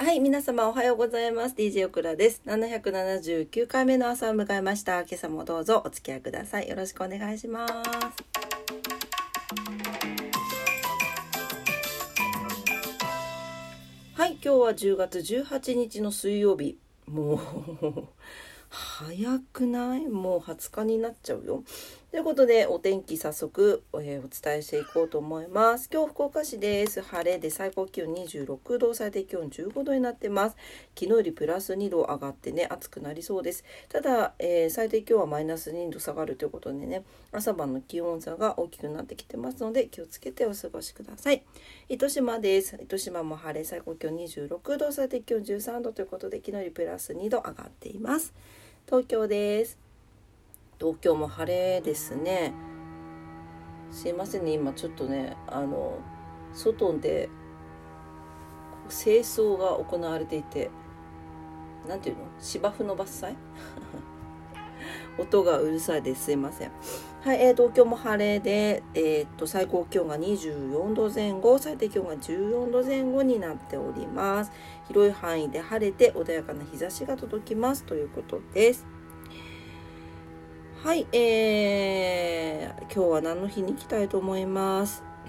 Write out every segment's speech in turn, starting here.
はい、皆様おはようございます。DJ オクラです。779回目の朝を迎えました。今朝もどうぞお付き合いください。よろしくお願いします。はい、今日は10月18日の水曜日。もう早くない？もう20日になっちゃうよ。ということでお天気早速、お伝えしていこうと思います。今日福岡市です。晴れで最高気温26度、最低気温15度になってます。昨日よりプラス2度上がってね、暑くなりそうです。ただ、最低気温はマイナス2度下がるということでね、朝晩の気温差が大きくなってきてますので気をつけてお過ごしください。糸島です。糸島も晴れ、最高気温26度、最低気温13度ということで昨日よりプラス2度上がっています。東京です。東京も晴れですね。すいませんね、今ちょっとね外で清掃が行われていて、なんていうの、芝生の伐採音がうるさいです。すいません。はい、東京も晴れで、最高気温が24度前後、最低気温が14度前後になっております。広い範囲で晴れて穏やかな日差しが届きますということです。はい、今日は何の日に行きたいと思います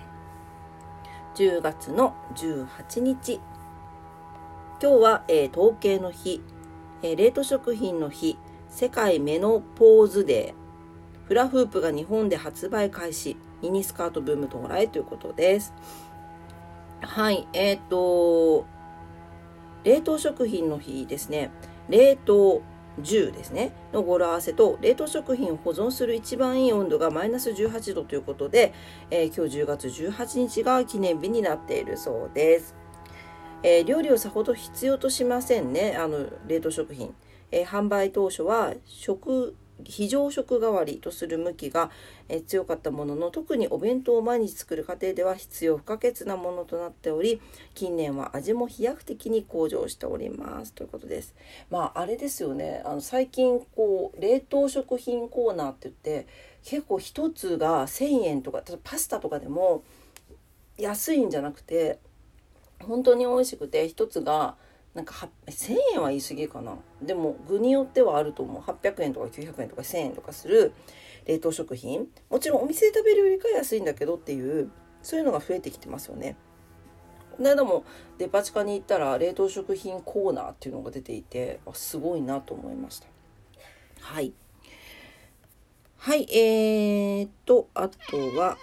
。10月の18日。今日は、統計の日、冷凍食品の日、世界メノポーズデー、フラフープが日本で発売開始、ミニスカートブーム到来ということです。はい、冷凍食品の日ですね。冷凍10ですねの語呂合わせと、冷凍食品を保存する一番いい温度がマイナス18度ということで、今日10月18日が記念日になっているそうです。料理をさほど必要としませんね、冷凍食品。販売当初は非常食代わりとする向きが強かったものの、特にお弁当を毎日作る家庭では必要不可欠なものとなっており、近年は味も飛躍的に向上しておりますということです。あれですよね、最近冷凍食品コーナーって言って結構一つが1000円とか、例えばパスタとかでも安いんじゃなくて本当に美味しくて、一つがなんか1000円は言い過ぎかな。でも具によってはあると思う。800円とか900円とか1000円とかする冷凍食品、もちろんお店で食べるよりか安いんだけどっていう、そういうのが増えてきてますよね。この間もデパ地下に行ったら冷凍食品コーナーっていうのが出ていて、すごいなと思いました。はいはい、あとは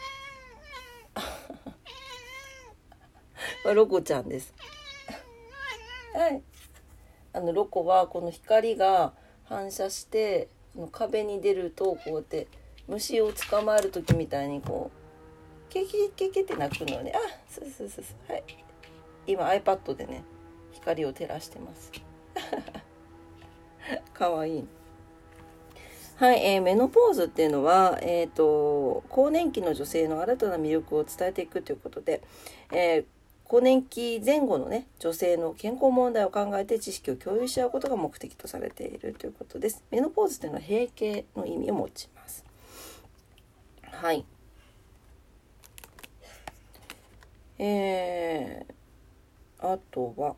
ロコちゃんです。はい、ロコはこの光が反射して壁に出ると、こうやって虫を捕まえる時みたいにケケケケって鳴くのね。そうはい、今 iPad でね光を照らしてますかわいい。はい、メノポーズっていうのは、更年期の女性の新たな魅力を伝えていくということで、更年期前後のね女性の健康問題を考えて知識を共有し合うことが目的とされているということです。メノポーズというのは閉経の意味を持ちます。はい、あとは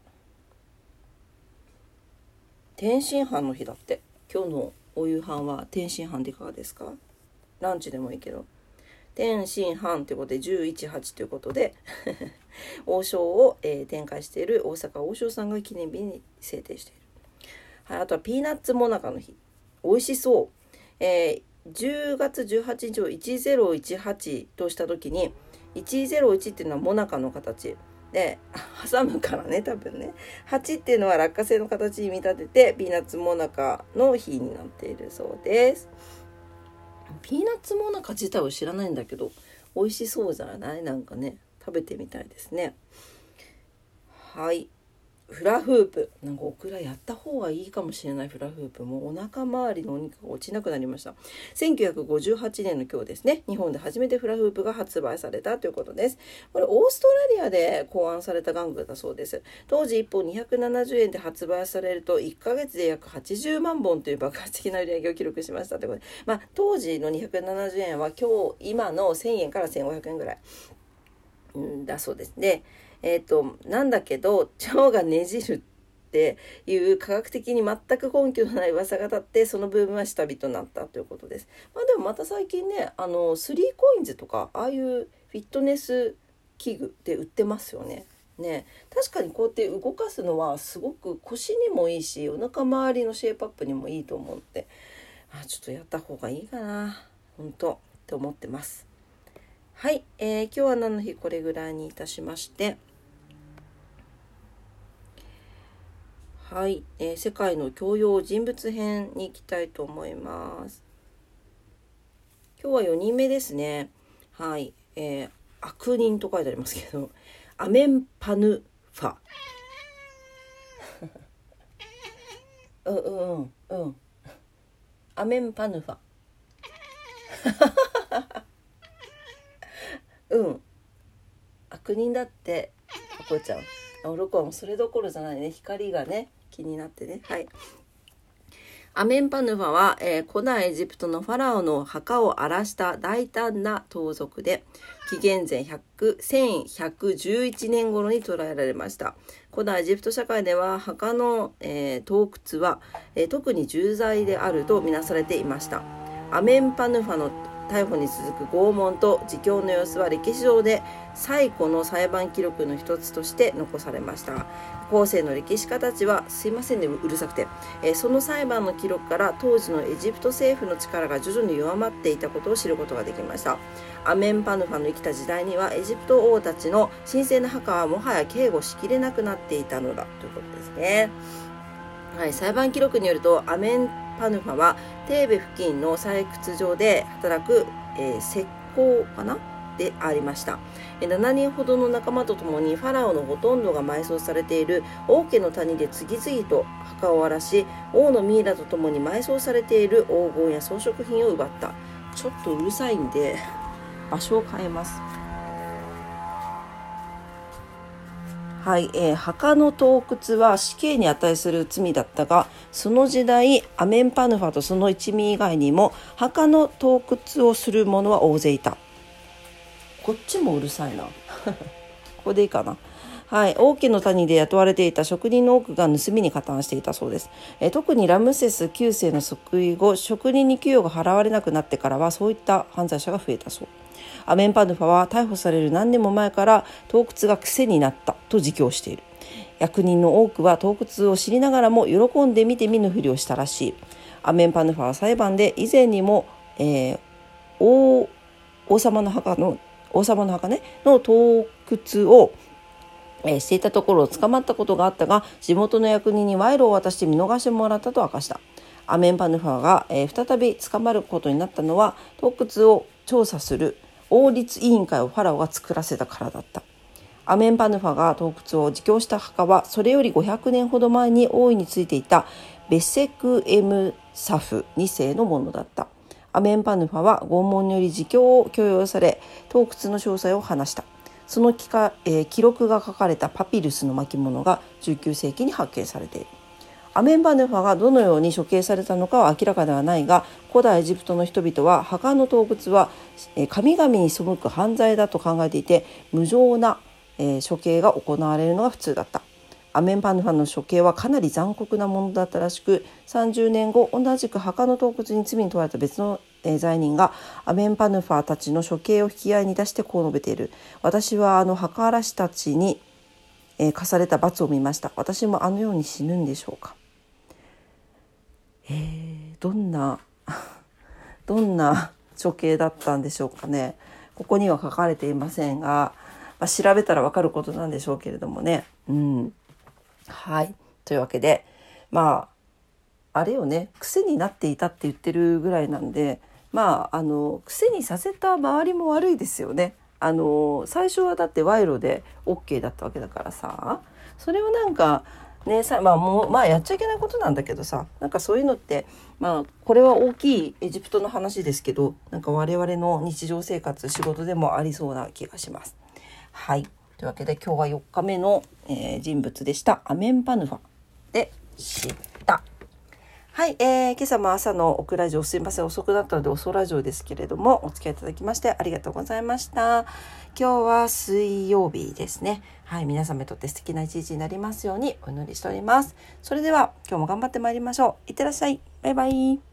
天津飯の日だって。今日のお夕飯は天津飯でいかがですか？ランチでもいいけど、天津飯ということで118ということで王将を、展開している大阪王将さんが記念日に制定している。はい、あとはピーナッツモナカの日、美味しそう。10月18日を1018とした時に、101っていうのはモナカの形で挟むからね、多分ね。8っていうのは落花生の形に見立ててピーナッツモナカの日になっているそうです。ピーナッツモナカ自体を知らないんだけど美味しそうじゃない？なんかね、食べてみたいですね。はい、フラフープ、なんかオクラやった方がいいかもしれない。フラフープもお腹周りのお肉が落ちなくなりました。1958年の今日ですね、日本で初めてフラフープが発売されたということです。これオーストラリアで考案された玩具だそうです。当時1本270円で発売されると1ヶ月で約80万本という爆発的な売り上げを記録しましたということで、当時の270円は今の1000円から1500円ぐらいだそうですね。 なんだけど腸がねじるっていう科学的に全く根拠のない噂が立ってそのブームは下火となったということです。でもまた最近ね3コインズとかああいうフィットネス器具で売ってますよね。確かにこうやって動かすのはすごく腰にもいいしお腹周りのシェイプアップにもいいと思ってちょっとやった方がいいかな本当って思ってます。はい、今日は何の日これぐらいにいたしましてはい、世界の教養人物編に行きたいと思います。今日は4人目ですね。はい、悪人と書いてありますけどアメンパヌファアメンパヌファ悪人だっておこちゃんロコはもうそれどころじゃないね。光がね気になってね。はい、アメンパヌファは、古代エジプトのファラオの墓を荒らした大胆な盗賊で紀元前1111年頃に捕らえられました。古代エジプト社会では墓の、盗掘は、特に重罪であるとみなされていました。アメンパヌファの逮捕に続く拷問と自供の様子は歴史上で最古の裁判記録の一つとして残されました。後世の歴史家たちはすいませんねうるさくて、その裁判の記録から当時のエジプト政府の力が徐々に弱まっていたことを知ることができました。アメンパヌファの生きた時代にはエジプト王たちの神聖な墓はもはや警護しきれなくなっていたのだということですね。はい、裁判記録によるとアメンパヌファはテーベ付近の採掘場で働く、石工かなでありました。7人ほどの仲間と共にファラオのほとんどが埋葬されている王家の谷で次々と墓を荒らし王のミイラと共に埋葬されている黄金や装飾品を奪った。ちょっとうるさいんで場所を変えます。はい、墓の盗掘は死刑に値する罪だったがその時代アメンパヌファとその一味以外にも墓の盗掘をする者は大勢いた。こっちもうるさいなここでいいかな。はい、王家の谷で雇われていた職人の多くが盗みに加担していたそうです。特にラムセス9世の即位後職人に給与が払われなくなってからはそういった犯罪者が増えたそう。アメンパヌファは逮捕される何年も前から盗掘が癖になったと自供している。役人の多くは盗掘を知りながらも喜んで見て見ぬふりをしたらしい。アメンパヌファは裁判で以前にも、王様の墓ねの盗掘をしていたところを捕まったことがあったが地元の役人に賄賂を渡して見逃してもらったと明かした。アメンパヌファが、再び捕まることになったのは盗掘を調査する王立委員会をファラオが作らせたからだった。アメンパヌファが盗掘を自供した墓はそれより500年ほど前に王位についていたベセクエムサフ2世のものだった。アメンパヌファは拷問により自供を強要され盗掘の詳細を話した。その記録が書かれたパピルスの巻物が19世紀に発見されている。アメンパヌファがどのように処刑されたのかは明らかではないが古代エジプトの人々は墓の盗掘は神々に背く犯罪だと考えていて無情な処刑が行われるのが普通だった。アメンパヌファの処刑はかなり残酷なものだったらしく30年後同じく墓の盗掘に罪に問われた別の罪人がアメンパヌファたちの処刑を引き合いに出してこう述べている。私はあの墓荒らしたちに課された罰を見ました。私もあのように死ぬんでしょうか。どんな処刑だったんでしょうかね。ここには書かれていませんが、調べたらわかることなんでしょうけれどもね。はい。というわけで、あれよね、癖になっていたって言ってるぐらいなんで、癖にさせた周りも悪いですよね。最初はだって賄賂で OK だったわけだからさ、それをなんかねやっちゃいけないことなんだけどさ、なんかそういうのってこれは大きいエジプトの話ですけど、なんか我々の日常生活仕事でもありそうな気がします。はい。というわけで今日は4日目の、人物でした。アメンパヌファでした。はい。 はい、今朝も朝のオクラジオすいません、遅くなったので遅ラジオですけれども、お付き合いいただきましてありがとうございました。今日は水曜日ですね。はい、皆様にとって素敵な一日になりますようにお祈りしております。それでは今日も頑張ってまいりましょう。いってらっしゃい。バイバイ。